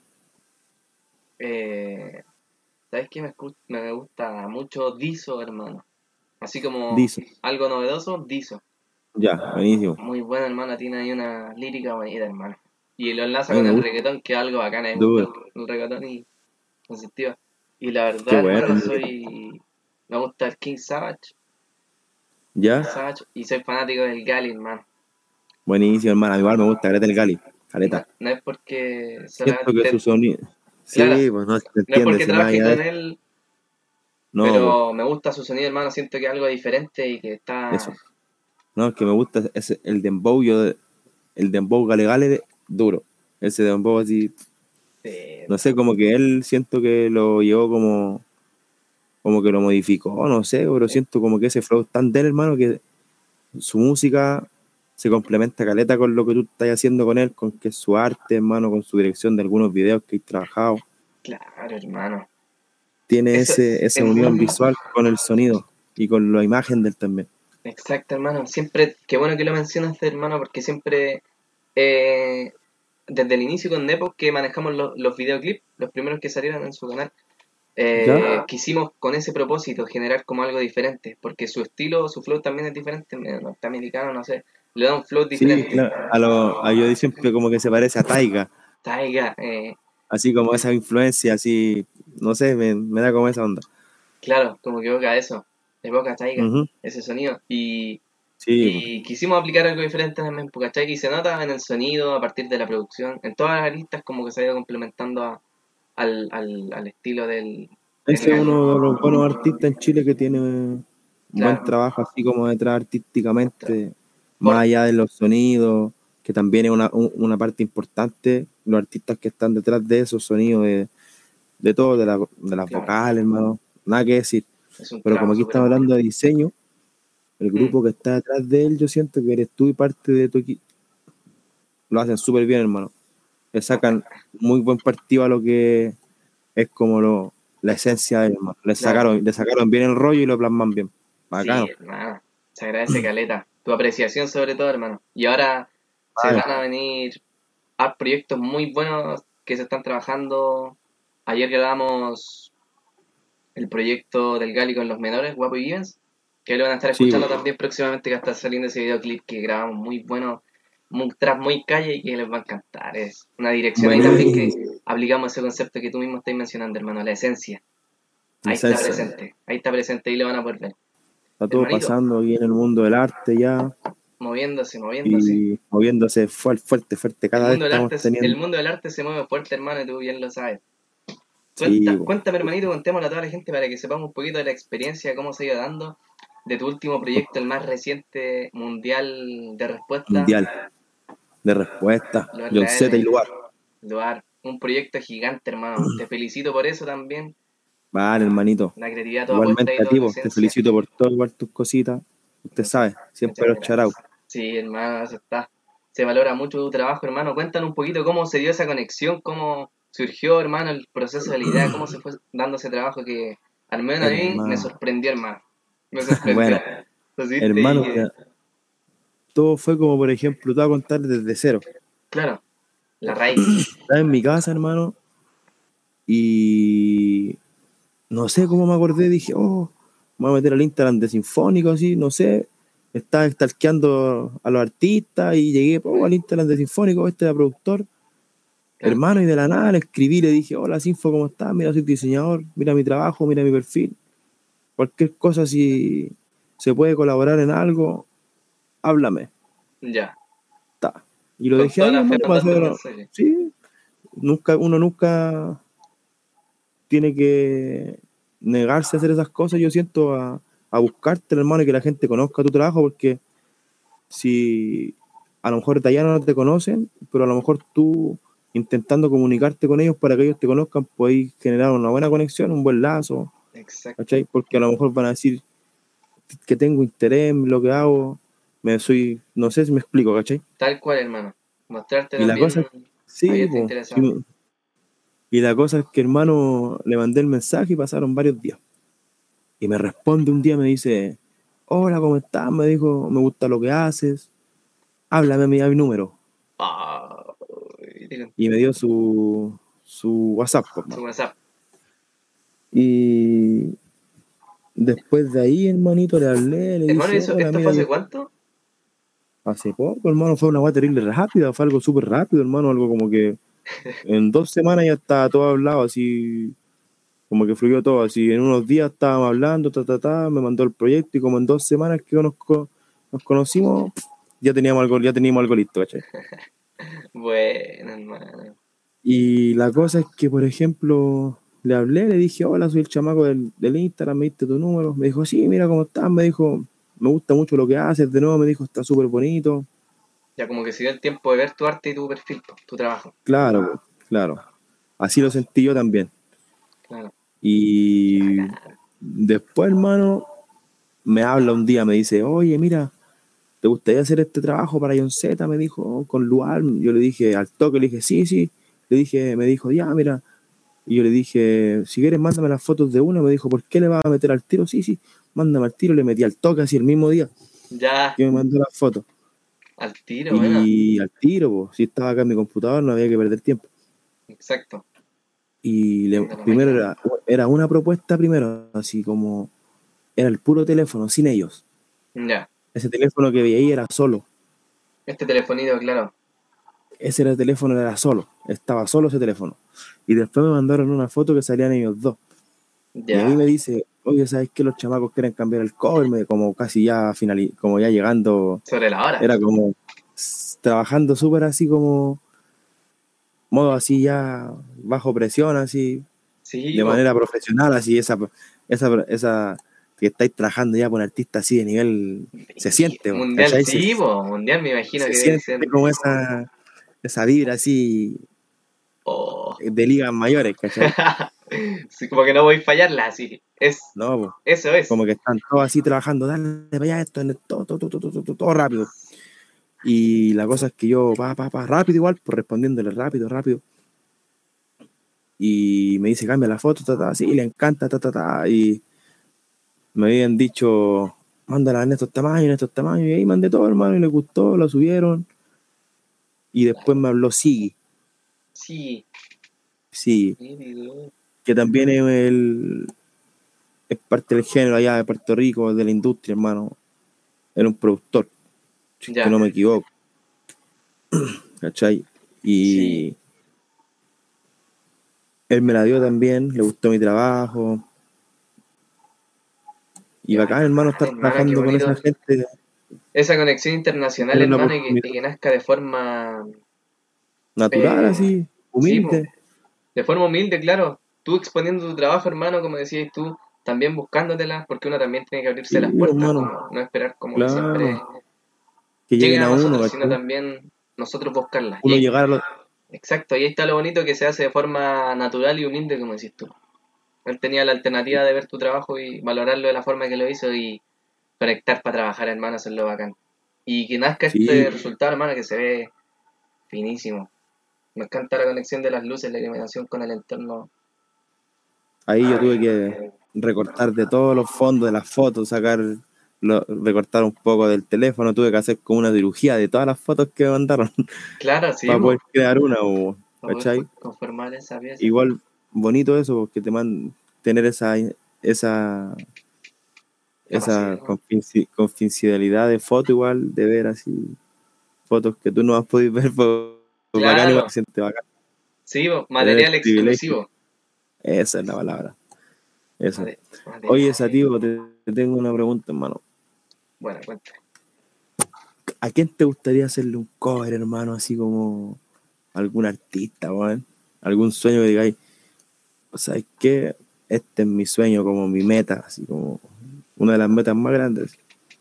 Eh, ¿Sabes qué? Me, escu- me gusta mucho Diso, hermano. Así como Dice, algo novedoso, Diso. ya, buenísimo. Muy buena, hermana. Tiene ahí una lírica bonita, hermano. Y lo enlaza A mí con me el gusta, reggaetón, que es algo bacán. Me gusta duro. el, el reggaetón y me sentía. Y la Qué verdad, bueno, hermano, hermanito. soy. Me gusta el King Savage. King Ya, Savage. Y soy fanático del Gali, hermano. buenísimo, hermano. A mí igual me gusta Caleta el Gali. No, Caleta. no es porque Siento que su solamente. sonido. Claro, Sí, pues no se no es entiende, porque si más trabaje allá de con eso. él, No, pues, pero me gusta su sonido, hermano. Siento que es algo diferente y que está. eso. No, es que me gusta ese, el dembow, yo, el dembow Gale Gale, duro. Ese dembow así, eh, no sé, como que él siento que lo llevó como, como que lo modificó, no sé, pero siento como que ese flow es tan de él, hermano, que su música se complementa caleta con lo que tú estás haciendo con él, con que es su arte, hermano, con su dirección de algunos videos que he trabajado. claro, hermano. Tiene Eso ese, es esa unión muy. visual con el sonido y con la imagen de él también. Exacto, hermano. Siempre, qué bueno que lo mencionas, hermano, porque siempre, eh, desde el inicio con Nepo, que manejamos los, los videoclips, los primeros que salieron en su canal, ¿Ya? eh, quisimos con ese propósito generar como algo diferente, porque su estilo, su flow también es diferente, medio norteamericano, no sé, le da un flow Sí, diferente. claro. A lo, a yo siempre como que se parece a Taiga, Taiga, eh, así como esa influencia, así, no sé, me, me da como esa onda. claro, como que evoca eso, evoca Taiga, Ujú. ese sonido. Y, Sí, pues, y quisimos aplicar algo diferente también, pues, ¿cachai? Y se nota en el sonido, a partir de la producción, en todas las aristas como que se ha ido complementando a- al, al, al estilo del, del ese es Gali. uno de los buenos artistas en Chile que tiene un buen Claro, trabajo, así como detrás nuestra- artísticamente, más por, allá de los sonidos, que también es una, un- una parte importante, los artistas que están detrás de esos sonidos, de, de todo, de, la- de las claro, vocales, hermano, nada que decir. es un Pero como trabajo aquí súper estamos amplio. hablando de diseño, el Mm, grupo que está detrás de él, yo siento que eres tú y parte de tu equipo. Lo hacen súper bien, hermano. Le sacan muy buen partido a lo que es como lo, la esencia de él, hermano. Le claro, sacaron, le sacaron bien el rollo y lo plasman bien. sí, Bacano. hermano, se agradece caleta, tu apreciación sobre todo, hermano. Y ahora se Claro. van a venir hay proyectos muy buenos que se están trabajando. Ayer grabamos el proyecto del Gali con los menores, Guapo y Vivens, que lo van a estar Sí, escuchando pues. también próximamente, que está saliendo ese videoclip que grabamos muy bueno, muy, tras muy calle y que les va a encantar. Es una dirección ahí también que Buenísimo. aplicamos ese concepto que tú mismo estás mencionando, hermano, la esencia. La Ahí está esencia. presente, ahí está presente y lo van a poder ver. Está todo Hermanito, pasando aquí en el mundo del arte ya moviéndose, moviéndose. y moviéndose fuerte, fuerte, fuerte. El Cada vez mundo del estamos arte, es- el teniendo. mundo del arte se mueve fuerte, hermano, y tú bien lo sabes. Sí, Cuenta, pues. cuéntame, hermanito, contémosle a toda la gente para que sepamos un poquito de la experiencia, cómo se ha ido dando, de tu último proyecto, el más reciente mundial de respuesta, Mundial de respuesta. Luar John la Z y L, lugar. Luar, un proyecto gigante, hermano. Te felicito por eso también. Vale, hermanito. La creatividad toda puesta Igualmente ahí, a toda ti, tu vos, te esencia. felicito por todo, igual tus cositas. Usted Muchas, sabe, siempre muchas los charau. gracias. Sí, hermano, eso está. Se valora mucho tu trabajo, hermano. Cuéntanos un poquito cómo se dio esa conexión, cómo surgió, hermano, el proceso de la idea, cómo se fue dando ese trabajo que al menos a mí me Hermano, sorprendió, hermano. Me sorprendió. bueno, Entonces, viste, y hermano, que, mira, todo fue como, por ejemplo, te voy a contar desde cero. claro, la raíz. Estaba en mi casa, hermano, y no sé cómo me acordé, dije, oh, me voy a meter al Instagram de Sinfónico, así, no sé. Estaba stalkeando a los artistas y llegué oh, al Instagram de Sinfónico, este era productor, Claro. hermano, y de la nada le escribí, le dije, hola Sinfo, ¿cómo estás? Mira, soy diseñador, mira mi trabajo, mira mi perfil. Cualquier cosa, si se puede colaborar en algo, háblame. Ya. Ta. Y lo Con dejé toda ahí, la fe hermano, pasó mandando de el lo- mensaje. sí, nunca, uno nunca tiene que negarse a hacer esas cosas, yo siento, a, a buscarte, hermano, y que la gente conozca tu trabajo, porque si a lo mejor de allá no te conocen, pero a lo mejor tú intentando comunicarte con ellos para que ellos te conozcan, podéis generar una buena conexión, un buen lazo, Exacto. ¿cachai? Porque a lo mejor van a decir que tengo interés en lo que hago, me soy, no sé si me explico, ¿cachai? Tal cual, hermano. Mostrarte Y la cosa también es, sí, abierto e po, interesado. sí, y la cosa es que hermano le mandé el mensaje y pasaron varios días. Y me responde un día, me dice, hola, ¿cómo estás? Me dijo, me gusta lo que haces, háblame, me da mi número. Ah, y Y me dio su, su WhatsApp, pues, su hermano. WhatsApp. Y después de ahí, hermanito, le hablé, le Hermano, ¿y dije, eso, hola, esto mira, fue hace yo cuánto? hace poco, hermano, fue una guay terrible rápida, fue algo súper rápido, hermano, algo como que en dos semanas ya estaba todo hablado, así, como que fluyó todo, así, en unos días estábamos hablando, ta, ta, ta, me mandó el proyecto y como en dos semanas que nos, co- nos conocimos, ya teníamos algo, ya teníamos algo listo, ¿cachai? Bueno, hermano. Y la cosa es que, por ejemplo, le hablé, le dije, hola, soy el chamaco del, del Instagram, me diste tu número. Me dijo, sí, mira cómo estás. Me dijo, me gusta mucho lo que haces. De nuevo, me dijo, está súper bonito. Ya como que se dio el tiempo de ver tu arte y tu perfil, po, tu trabajo. Claro, po, claro. Así lo sentí yo también. Claro. Qué Y bacán. después, hermano, me habla un día, me dice, oye, mira, ¿te gustaría hacer este trabajo para John Z? Me dijo, con Luar. Yo le dije, al toque, le dije, sí, sí. Le dije, me dijo, ya, mira. Y yo le dije, si quieres, mándame las fotos de una. Me dijo, ¿por qué le vas a meter al tiro? Sí, sí, mándame al tiro. Le metí al toque así el mismo día Ya, que me mandó las fotos. al tiro, bueno. Y al tiro, pues, si estaba acá en mi computador, no había que perder tiempo. Exacto. Y le- De la primero máquina. era, era una propuesta, primero, así como era el puro teléfono, sin ellos. Ya. Ese teléfono que veía ahí era solo. Este telefonito, claro. Ese era el teléfono, era solo. Estaba solo ese teléfono. Y después me mandaron una foto que salían ellos dos. Y ahí Ya. me dice, oye, ¿sabes qué? Los chamacos quieren cambiar el cover, me- como casi ya finali como ya llegando, Sobre la hora. era como s- trabajando súper así como modo así ya bajo presión, así, Sí, de po. manera profesional, así, esa, esa, esa que estáis trabajando ya por un artista así de nivel, se Y siente, po, mundial, ¿cachai? Se, sí, po. Mundial me imagino se que debe ser. siente como esa, esa vibra así Oh. de ligas mayores, ¿cachai? Sí, como que no voy a fallarla, así. Es. No, po, Eso es. como que están todos así trabajando, dale para allá esto, todo, todo, todo, todo, todo, todo rápido. Y la cosa es que yo, pa, pa, pa, rápido igual, pues respondiéndole rápido, rápido. Y me dice, cambia la foto, ta, ta, sí, le encanta, ta, ta, ta. Y me habían dicho, mándala en estos tamaños, en estos tamaños. Y ahí mandé todo, hermano, y le gustó, lo subieron. Y después me habló Sigui, Sí. sí, Sí, video. que también es, el, es parte del género allá de Puerto Rico, de la industria, hermano. Era un productor, si es que Ya. no me equivoco, ¿cachai? Sí. Y él me la dio también, le gustó mi trabajo. Y Qué bacán, hermano, bacán, estar hermano, qué trabajando con esa bonito. gente, Esa conexión internacional, tener la hermano, y que, oportunidad y que nazca de forma. natural, Eh, así, sí, po. humilde. De forma humilde, claro. Tú exponiendo tu trabajo, hermano, como decías tú, también buscándotelas, porque uno también tiene que abrirse las Sí, puertas, hermano, como no esperar como que claro, siempre que lleguen lleguen a a uno, nosotros, sino ¿cachai? también nosotros buscarlas. Y Uno ahí, llegar a los... exacto, y ahí está lo bonito que se hace de forma natural y humilde, como decís tú. Él tenía la alternativa de ver tu trabajo y valorarlo de la forma que lo hizo y conectar para trabajar, hermano, eso es lo bacán. Y que nazca Sí, este resultado, hermano, que se ve finísimo. Me encanta la conexión de las luces, la iluminación con el entorno. ahí yo tuve que recortar de todos los fondos de las fotos, sacar, lo- recortar un poco del teléfono, tuve que hacer como una cirugía de todas las fotos que me mandaron Claro, sí, para poder po, crear una, po, para poder ¿cachai? fo- conformar esa pieza. Igual bonito eso, porque te man tener esa, esa, esa Capacidad, ¿no? confici- confidencialidad de foto igual, de ver así fotos que tú no has podido ver, pues bacán, igual Claro, se siente bacán sí, po, tener el material privilegio. exclusivo. Esa es la palabra, eso. Mate- Oye, material. Sativo, te, te tengo una pregunta, hermano. Bueno, cuenta. ¿A quién te gustaría hacerle un cover, hermano? Así como algún artista, weón. Algún sueño que digáis, ¿sabes qué? Este es mi sueño, como mi meta, así como una de las metas más grandes.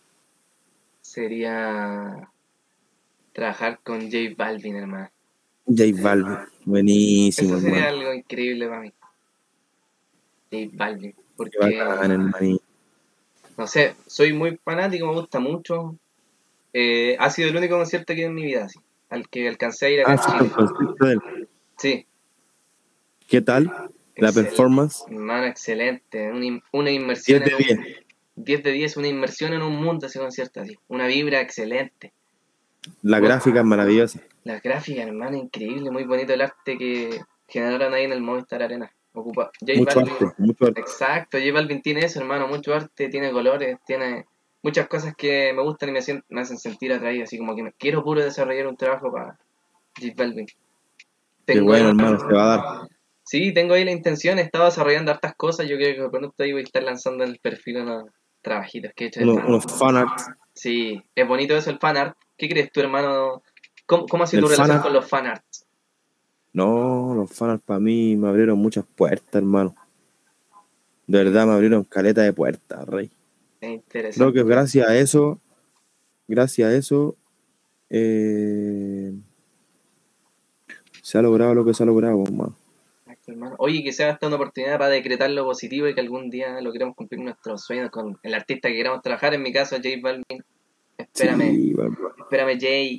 Sería trabajar con J Balvin, hermano. J Balvin, buenísimo, Eso sería hermano. algo increíble para mí. J Balvin. Qué Porque, bacán, hermano. no sé, soy muy fanático, me gusta mucho. Eh, ha sido el único concierto que he ido en mi vida, sí, al que alcancé a ir acá Ah, en sí, el Chile. concierto de él. Sí, ¿Qué tal? La excelente, performance. hermano, excelente. Una, in- una inmersión diez de en diez. un diez de diez, una inmersión en un mundo ese concierto, así. Una vibra excelente. La Muy- gráfica es maravillosa. las gráficas, hermano, increíble, muy bonito el arte que generaron ahí en el Movistar Arena. Ocupa J Mucho Balvin, arte, mucho arte. exacto, J Balvin tiene eso, hermano, mucho arte, tiene colores, tiene muchas cosas que me gustan y me, sien- me hacen sentir atraído, así como que me quiero puro desarrollar un trabajo para J Balvin. Qué Tengo bueno, ahí, hermano, se va a dar. sí, tengo ahí la intención, he estado desarrollando hartas cosas, yo creo que pronto ahí voy a estar lanzando en el perfil unos trabajitos que he hecho de Unos, fan. unos fanarts. Sí, es bonito eso el fanart. ¿Qué crees tú, hermano? ¿Cómo, cómo ha sido El tu relación fanart. con los fanarts? No, los fanarts para mí me abrieron muchas puertas, hermano. De verdad me abrieron caleta de puertas, rey. Es Creo que interesante. gracias a eso, gracias a eso, eh, se ha logrado lo que se ha logrado, hermano. Exacto, hermano. Oye, que sea esta una oportunidad para decretar lo positivo y que algún día logremos cumplir nuestros sueños con el artista que queramos trabajar. En mi caso, J Balvin. Espérame, Sí, bueno, espérame, Jay,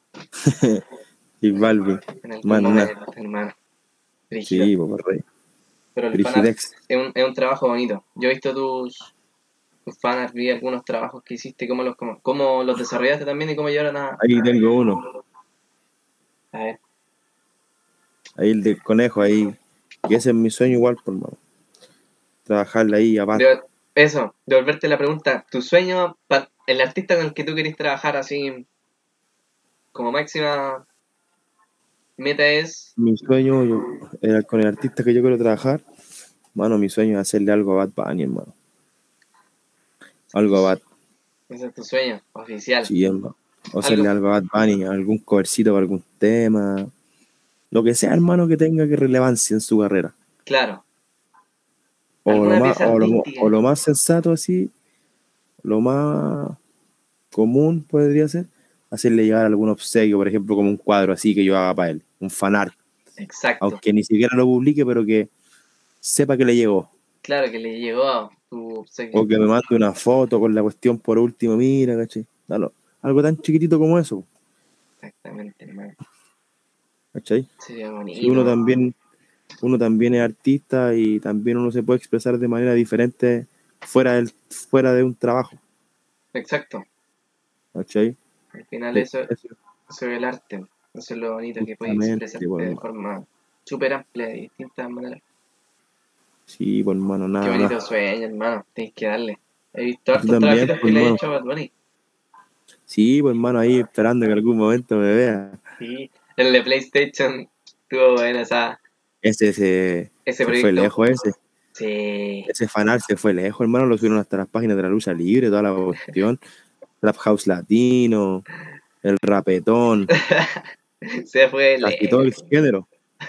y Balvin, en algún más nada. momento, hermano. Rígido. Sí, pues, rey. Pero el fanart Brigidex. es un, es un trabajo bonito. Yo he visto tus, tus fanarts, vi algunos trabajos que hiciste, cómo los, cómo, cómo los desarrollaste también y cómo llegaron a... Ahí tengo uno. A ver, Ahí el del conejo, ahí. Y ese es mi sueño igual, por hermano. Trabajarle ahí a Bat. de- eso, devolverte la pregunta. ¿Tu sueño, pa- el artista con el que tú querés trabajar así como máxima meta es... Mi sueño yo, era con el artista que yo quiero trabajar. Mano, mi sueño es hacerle algo a Bad Bunny, hermano. Algo a Bad. Ese es tu sueño, oficial. Sí, hermano. O Algo, hacerle algo a Bad Bunny, algún covercito para algún tema. Lo que sea, hermano, que tenga que relevancia en su carrera. claro, O lo alguna más, pieza o lo, o artística. lo más sensato así, lo más común podría ser, hacerle llegar algún obsequio, por ejemplo, como un cuadro así que yo haga para él, un fanart, Exacto. aunque ni siquiera lo publique, pero que sepa que le llegó. Claro que le llegó a tu obsequio. O que me mande una foto con la cuestión por último, mira, ¿cachai? Dalo. Algo tan chiquitito como eso, Exactamente, hermano. ¿cachai? Sería Si uno bonito. también, uno también es artista y también uno se puede expresar de manera diferente fuera del, fuera de un trabajo, Exacto. ¿cachai? Al final Eh, eso, Eso eso es el arte. Eso es lo bonito, que puedes justamente, expresarte por de hermano. forma súper amplia y distintas maneras. Sí, por hermano, Qué nada más. bonito sueño, hermano. Tienes que darle. He visto Y tú hartos también, trabajitos que por le he hermano. hecho a Bad Bunny. Sí, pues hermano, ahí esperando que en algún momento me vea. Sí. El de PlayStation tuvo bueno esa, Ese se, ese se fue proyecto. lejos, ese. Sí. Ese fanart se fue lejos, hermano. Lo subieron hasta las páginas de la lucha libre, toda la cuestión. Rap House Latino, el rapetón, Se fue casi todo el lejos. género.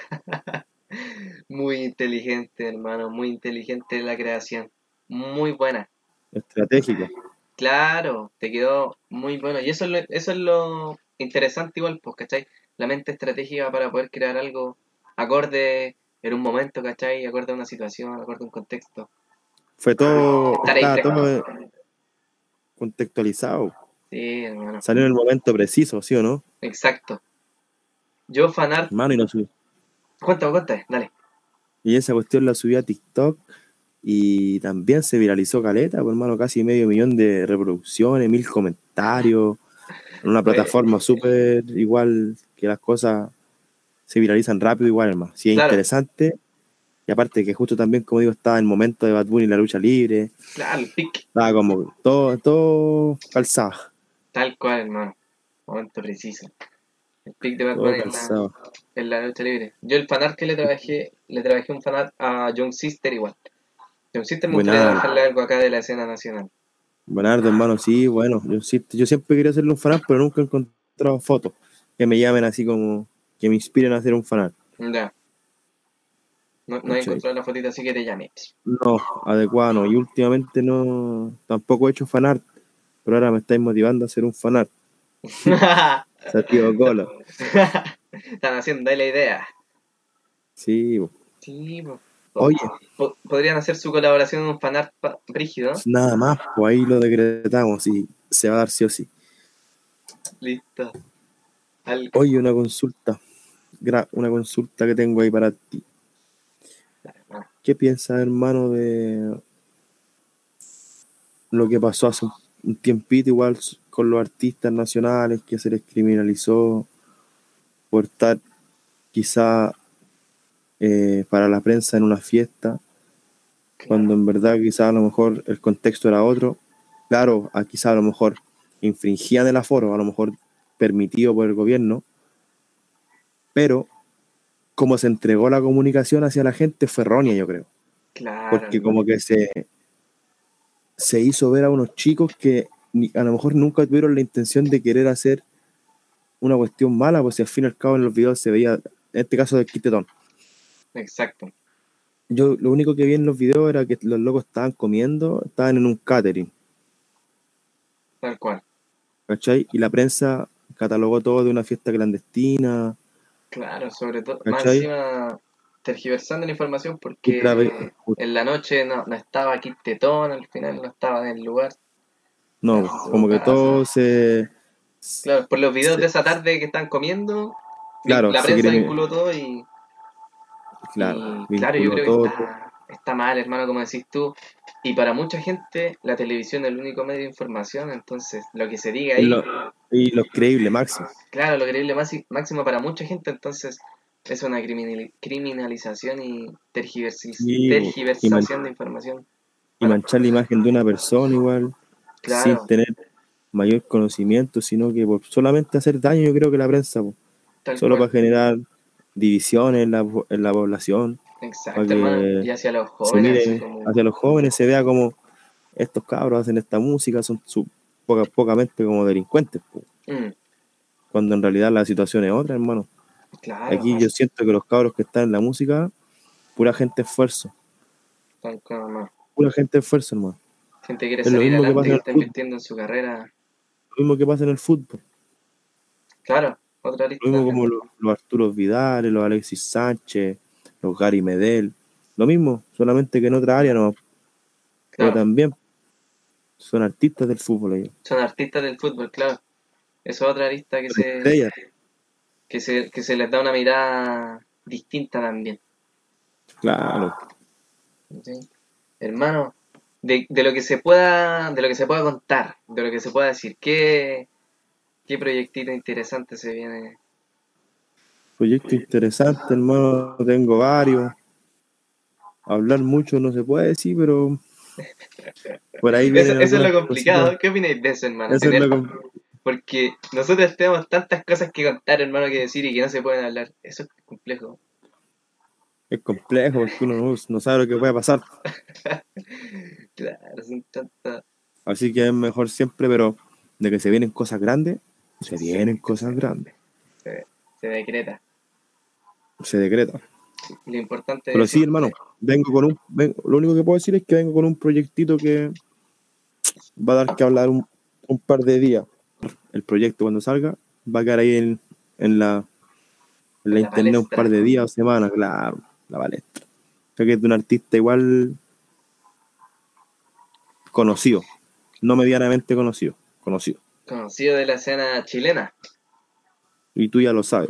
Muy inteligente, hermano. Muy inteligente la creación. Muy buena. Estratégico. Claro, te quedó muy bueno. Y eso es lo, eso es lo interesante igual, pues, ¿cachai? La mente estratégica para poder crear algo acorde en un momento, ¿cachai? Acorde a una situación, acorde a un contexto. Fue todo, Estar ahí estaba fresco. todo contextualizado. Sí, hermano. Salió en el momento preciso, ¿sí o no? Exacto. Yo fanart. Hermano, y lo subí. Cuéntame, cuéntame, dale. Y esa cuestión la subí a TikTok y también se viralizó caleta, pues, hermano, casi medio millón de reproducciones, mil comentarios, en una Pues, plataforma súper igual que las cosas se viralizan rápido igual, hermano. Sí, es claro, interesante. Y aparte que justo también, como digo, estaba el momento de Bad Bunny y la lucha libre. claro, el pic. Estaba como todo, todo calzado. Tal cual, hermano. Momento preciso. El pic de Bad Todo Bunny en la, calzado. en la lucha libre. Yo el fanart que le trabajé, le trabajé un fanart a Young Sister igual. Young Sister me gustaría Buenardo. trabajarle algo acá de la escena nacional. Buenardo, hermano, sí, bueno. Yo, sí- yo siempre quería hacerle un fanart, pero nunca he encontrado fotos que me llamen así como que me inspiren a hacer un fanart. Ya. No, no he ¿Cachai? encontrado la fotita así que te llamé. No, adecuado, no. Y últimamente no, tampoco he hecho fanart, pero ahora me estáis motivando a hacer un fanart. Se tío Colo. Están haciendo ahí la idea. Sí, bo. Sí, po. Po- Oye, po- podrían hacer su colaboración en un fanart pa- brígido, ¿no? nada más, pues ahí lo decretamos y se va a dar sí o sí. Listo. Al... Oye, una consulta, gra- una consulta que tengo ahí para ti. ¿Qué piensas, hermano, de lo que pasó hace un, un tiempito igual s- con los artistas nacionales que se les criminalizó por estar quizá eh, para la prensa en una fiesta, Claro, cuando en verdad quizá a lo mejor el contexto era otro? Claro, a quizá a lo mejor infringían el aforo, a lo mejor permitido por el gobierno, pero como se entregó la comunicación hacia la gente fue errónea, yo creo, claro, porque hermano. como que se, se hizo ver a unos chicos que ni- a lo mejor nunca tuvieron la intención de querer hacer una cuestión mala, pues si al fin y al cabo en los videos se veía, en este caso del Quintetón. Exacto. Yo lo único que vi en los videos era que los locos estaban comiendo, estaban en un catering, Tal cual. ¿cachai? Y la prensa catalogó todo de una fiesta clandestina, Claro, sobre todo, más ¿cachai? encima tergiversando la información Ultra, porque en la noche no, no estaba aquí Tetón, al final no estaba en el lugar, estaba no, en su como que casa. todo se, Claro, por los videos de se- esa tarde que están comiendo, vin- claro, la se prensa quiere, vinculó todo y, claro, y claro, yo vinculó creo que todo, está, está mal, hermano, como decís tú. Y para mucha gente la televisión es el único medio de información, entonces lo que se diga es ahí, lo, y lo creíble máximo. claro, lo creíble máxi- máximo para mucha gente, entonces es una criminali- criminalización y tergiversis- Y, y, man- tergiversación de información. y Bueno, manchar la imagen de una persona igual, sin claro, tener mayor conocimiento, sino que por solamente hacer daño, yo creo que la prensa, po, tal solo cual. para generar divisiones en la, po- en la población, para Exacto, hermano. que Y hacia los se jóvenes, así mire como, hacia los jóvenes, se vea como estos cabros hacen esta música, son su, poca, pocamente como delincuentes, po, mm, cuando en realidad la situación es otra, hermano. claro, Aquí yo así, siento que los cabros que están en la música, pura gente de esfuerzo, tal como, pura gente de esfuerzo, hermano. gente quiere Es lo salir mismo que adelante, pasa que en el está fútbol, invirtiendo en su carrera. lo mismo que pasa en el fútbol. Claro, otra Lo arista mismo también. como los, los Arturo Vidal, los Alexis Sánchez, los Gary Medel. Lo mismo, solamente que en otra área no. Pero Claro, también son artistas del fútbol ellos. son artistas del fútbol, claro. Eso es otra arista que Son se, estrellas, que se, que se les da una mirada distinta también. claro. ¿Sí? Hermano, de, de lo que se pueda, de lo que se pueda contar, de lo que se pueda decir, ¿qué, qué proyectito interesante se viene? Proyecto interesante, hermano. Tengo varios. Hablar mucho no se puede decir, pero por ahí Eso, vienen eso es lo algunas cositas. complicado. ¿Qué opináis de eso, hermano? Eso es Tener, lo que porque nosotros tenemos tantas cosas que contar, hermano, que decir y que no se pueden hablar. Eso es complejo. es complejo porque uno no, no sabe lo que puede pasar. Claro, son tantas. Así que es mejor siempre, pero de que se vienen cosas grandes, se Se, vienen cosas se, grandes. se, se decreta. Se decreta. Lo importante Pero es sí, hermano, siempre. vengo con un. ven- lo único que puedo decir es que vengo con un proyectito que va a dar que hablar un, un par de días. El proyecto, cuando salga, va a quedar ahí en, en la, en la En la internet un par palestra. de días o semanas, claro, la palestra. Creo que es de un artista igual conocido, no medianamente conocido, conocido. Conocido de la escena chilena. Y tú ya lo sabes.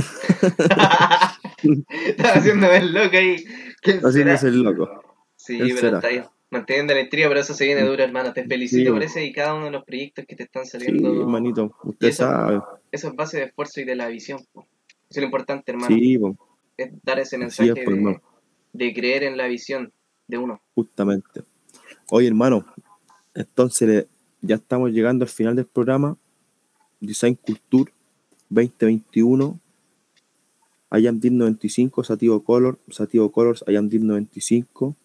Estaba haciéndome el loco ahí. ¿Quién será? Haciéndose el loco. Sí, ¿Quién pero será? está ahí. Manteniendo la intriga, pero eso se viene duro, hermano. Te felicito Sí, por bo. ese y cada uno de los proyectos que te están Sí, saliendo. hermanito. Y Usted eso, sabe. eso es base de esfuerzo y de la visión, po. Eso es lo importante, hermano. Sí, bo. Es dar ese Así es, mensaje pues, hermano. de, de creer en la visión de uno. Justamente. Oye, hermano. Entonces, le- ya estamos llegando al final del programa. Design Culture veinte veintiuno. I am Deep noventa y cinco. Sativo Color. Sativo Colors. I am Deep noventa y cinco.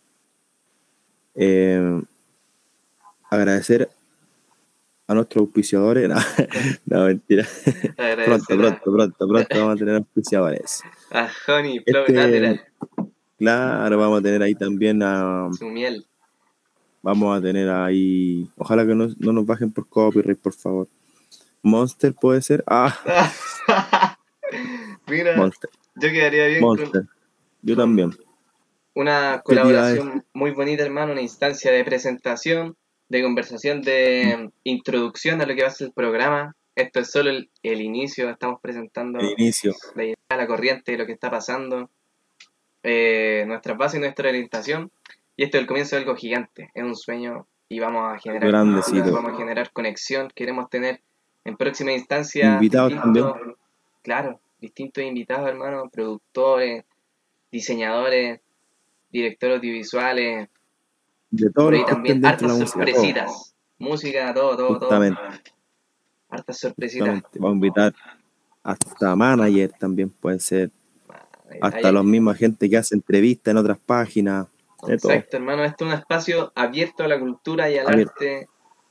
Eh, agradecer a nuestros auspiciadores. No, no, mentira. Pronto, Agradecer pronto, pronto, pronto vamos a tener auspiciadores. a, a Honey Flow Este, Natural, claro, vamos a tener ahí también a. su miel. Vamos a tener ahí. Ojalá que no, no nos bajen por copyright, por favor. Monster puede ser. Ah, Mira, Monster. yo quedaría bien Monster. con, Yo con también. una ¿Qué te iba a decir? colaboración muy bonita, hermano, una instancia de presentación, de conversación, de introducción a lo que va a ser el programa. Esto es solo el, el inicio, estamos presentando El inicio. la idea, la corriente de lo que está pasando, eh, nuestras bases y nuestra orientación. Y esto es el comienzo de algo gigante, es un sueño y vamos a generar Grandecito. cultura, vamos a generar conexión, queremos tener en próxima instancia Invitados distintos, también. claro, distintos invitados, hermano, productores, diseñadores, directores audiovisuales, De todos por ahí los que también estén dentro de hartas la música. Todo. sorpresitas, música, todo, todo, todo, Justamente. hartas sorpresitas. Justamente. Vamos a invitar hasta manager también, pueden ser. Hasta Ahí- los mismos gente que hace entrevistas en otras páginas. De todo. Exacto, hermano, esto es un espacio abierto a la cultura y al Abierto. arte.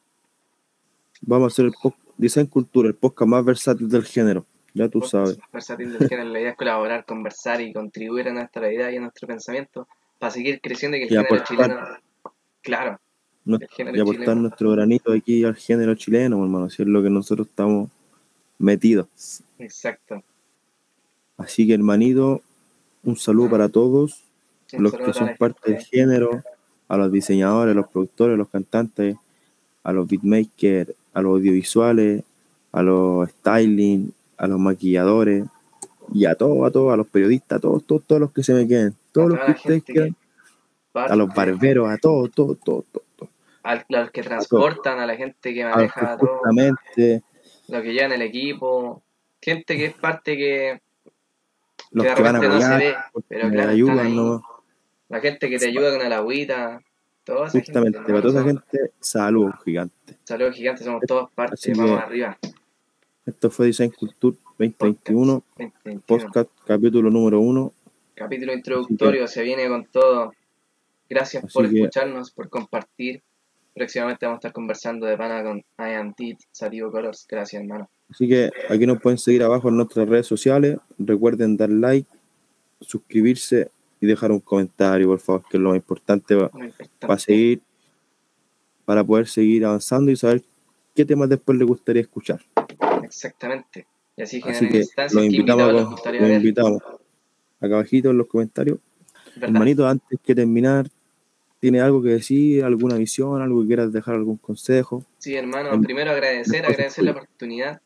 Vamos a hacer el po- Design Culture, el podcast más versátil del género. Ya tú sabes. Versátil del género, la idea es colaborar, conversar y contribuir a nuestra idea y a nuestro pensamiento para seguir creciendo y que el Y género aportar, chileno, claro, no- el género y aportar chileno, nuestro granito aquí al género chileno, hermano. Si es lo que nosotros estamos metidos. exacto. Así que, hermanito, un saludo para todos Un los saludo que a toda son la parte del gente. género, a los diseñadores, a los productores, a los cantantes, a los beatmakers, a los audiovisuales, a los styling, a los maquilladores y a todos, a todos, a los periodistas, a todos, todos, todos los que se me queden, todos A los toda que la ustedes gente quieran, que a los parte, barberos, a todos, todos, todos, todos, todos, a los que a todos, transportan, a la gente que a los que maneja todo, justamente, lo que llevan el equipo, gente que es parte que, los que de que van a repente no se apoyar, ve, porque pero me claro, están ayudan, ahí. ¿no? La gente que te ayuda con el agüita, toda esa gente, Justamente, para hermano, toda esa somos gente, saludos gigantes. saludos gigantes, somos todos partes, Así vamos que arriba. esto fue Design Culture veinte veintiuno, Podcast veinte veintiuno. podcast capítulo número uno. Capítulo Así que, introductorio, se viene con todo. Gracias por así que, escucharnos, por compartir. Próximamente vamos a estar conversando de pana con I Am Tit, Sativo Colors. Gracias, hermano. así que aquí nos pueden seguir abajo en nuestras redes sociales. Recuerden dar like, suscribirse y dejar un comentario, por favor, que es lo más importante para, Muy importante. para seguir, para poder seguir avanzando y saber qué temas después les gustaría escuchar. Exactamente. Y así Así generan que instancias los que invitamos, invitados a, les gustaría los ver. invitamos acá abajito en los comentarios. ¿Verdad? Hermanito, antes que terminar, ¿tiene algo que decir, alguna visión, algo que quieras dejar, algún consejo? Sí, hermano. El- Primero agradecer, el- agradecer la oportunidad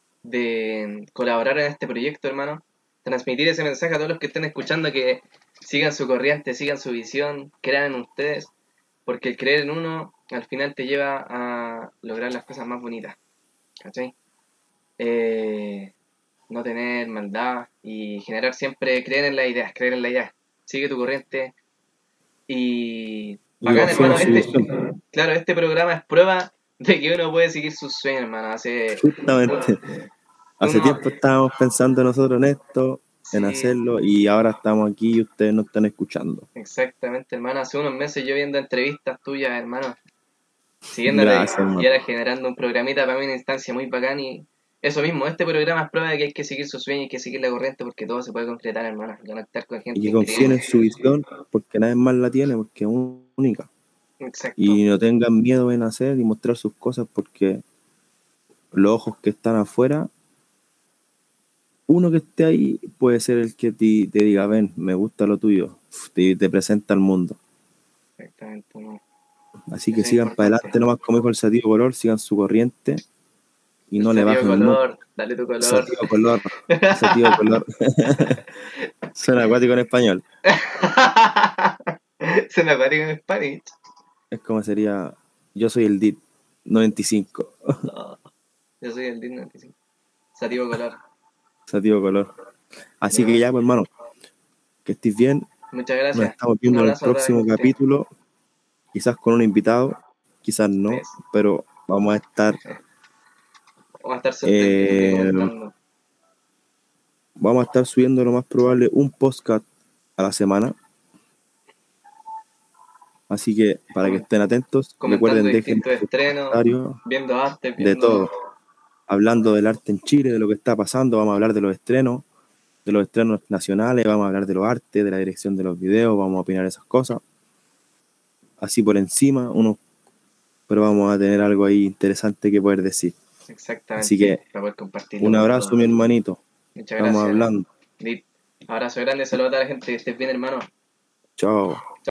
de colaborar en este proyecto, hermano. Transmitir ese mensaje a todos los que estén escuchando, que sigan su corriente, sigan su visión, crean en ustedes, porque el creer en uno al final te lleva a lograr las cosas más bonitas. ¿Cachai? Eh, no tener maldad y generar siempre, creer en las ideas, creer en la idea. Sigue tu corriente y... y Bacán, confía en hermano, su este, visión. claro, este programa es prueba de que uno puede seguir sus sueños, hermano. Hace, Justamente. Hace uno- tiempo estábamos pensando nosotros en esto, en sí, hacerlo, y ahora estamos aquí y ustedes nos están escuchando. exactamente, hermano. Hace unos meses yo viendo entrevistas tuyas, hermano, siguiéndote Gracias, y hermano. ahora generando un programita para mí, una instancia muy bacán. Y eso mismo, este programa es prueba de que hay que seguir sus sueños y hay que seguir la corriente, porque todo se puede concretar, hermano. Conectar con gente Y que confíen en increíble. su visión, porque nadie más la tiene, porque es única. Exacto. Y no tengan miedo en hacer y mostrar sus cosas, porque los ojos que están afuera, uno que esté ahí puede ser el que te, te diga, ven, me gusta lo tuyo, te, te presenta al mundo. Exactamente, hermano. Así Eso que es sigan para importante. adelante nomás, como dijo el Sativo Color, sigan su corriente y El no le Satío bajen nunca. color, dale tu color. Satío color. Satío color. Suena acuático en español. Suena acuático en Spanish. Es como sería, yo soy el D I T noventa y cinco. No, yo soy el digno noventa y cinco. Satío color. Satío color. Así Ya. que ya, pues hermano, que estés bien. Muchas Nos gracias. estamos Un viendo en el abrazo a toda la próximo gente. capítulo. Quizás con un invitado, quizás no, Pues, pero vamos a estar vamos a estar sorprendiendo y eh, comentando. vamos a estar subiendo lo más probable un podcast a la semana. Así que para que estén atentos, Comentando recuerden, dejen distintos sus estrenos, comentarios viendo arte, de viendo todo. Hablando del arte en Chile, de lo que está pasando, vamos a hablar de los estrenos, de los estrenos nacionales, vamos a hablar de los artes, de la dirección de los videos, vamos a opinar esas cosas. Así por encima, uno, pero vamos a tener algo ahí interesante que poder decir. Exactamente. Así que para poder compartirlo un con abrazo, todos. mi hermanito. Muchas Estamos gracias. hablando. Abrazo grande, saludos a la gente, que estés bien, hermano. Chao.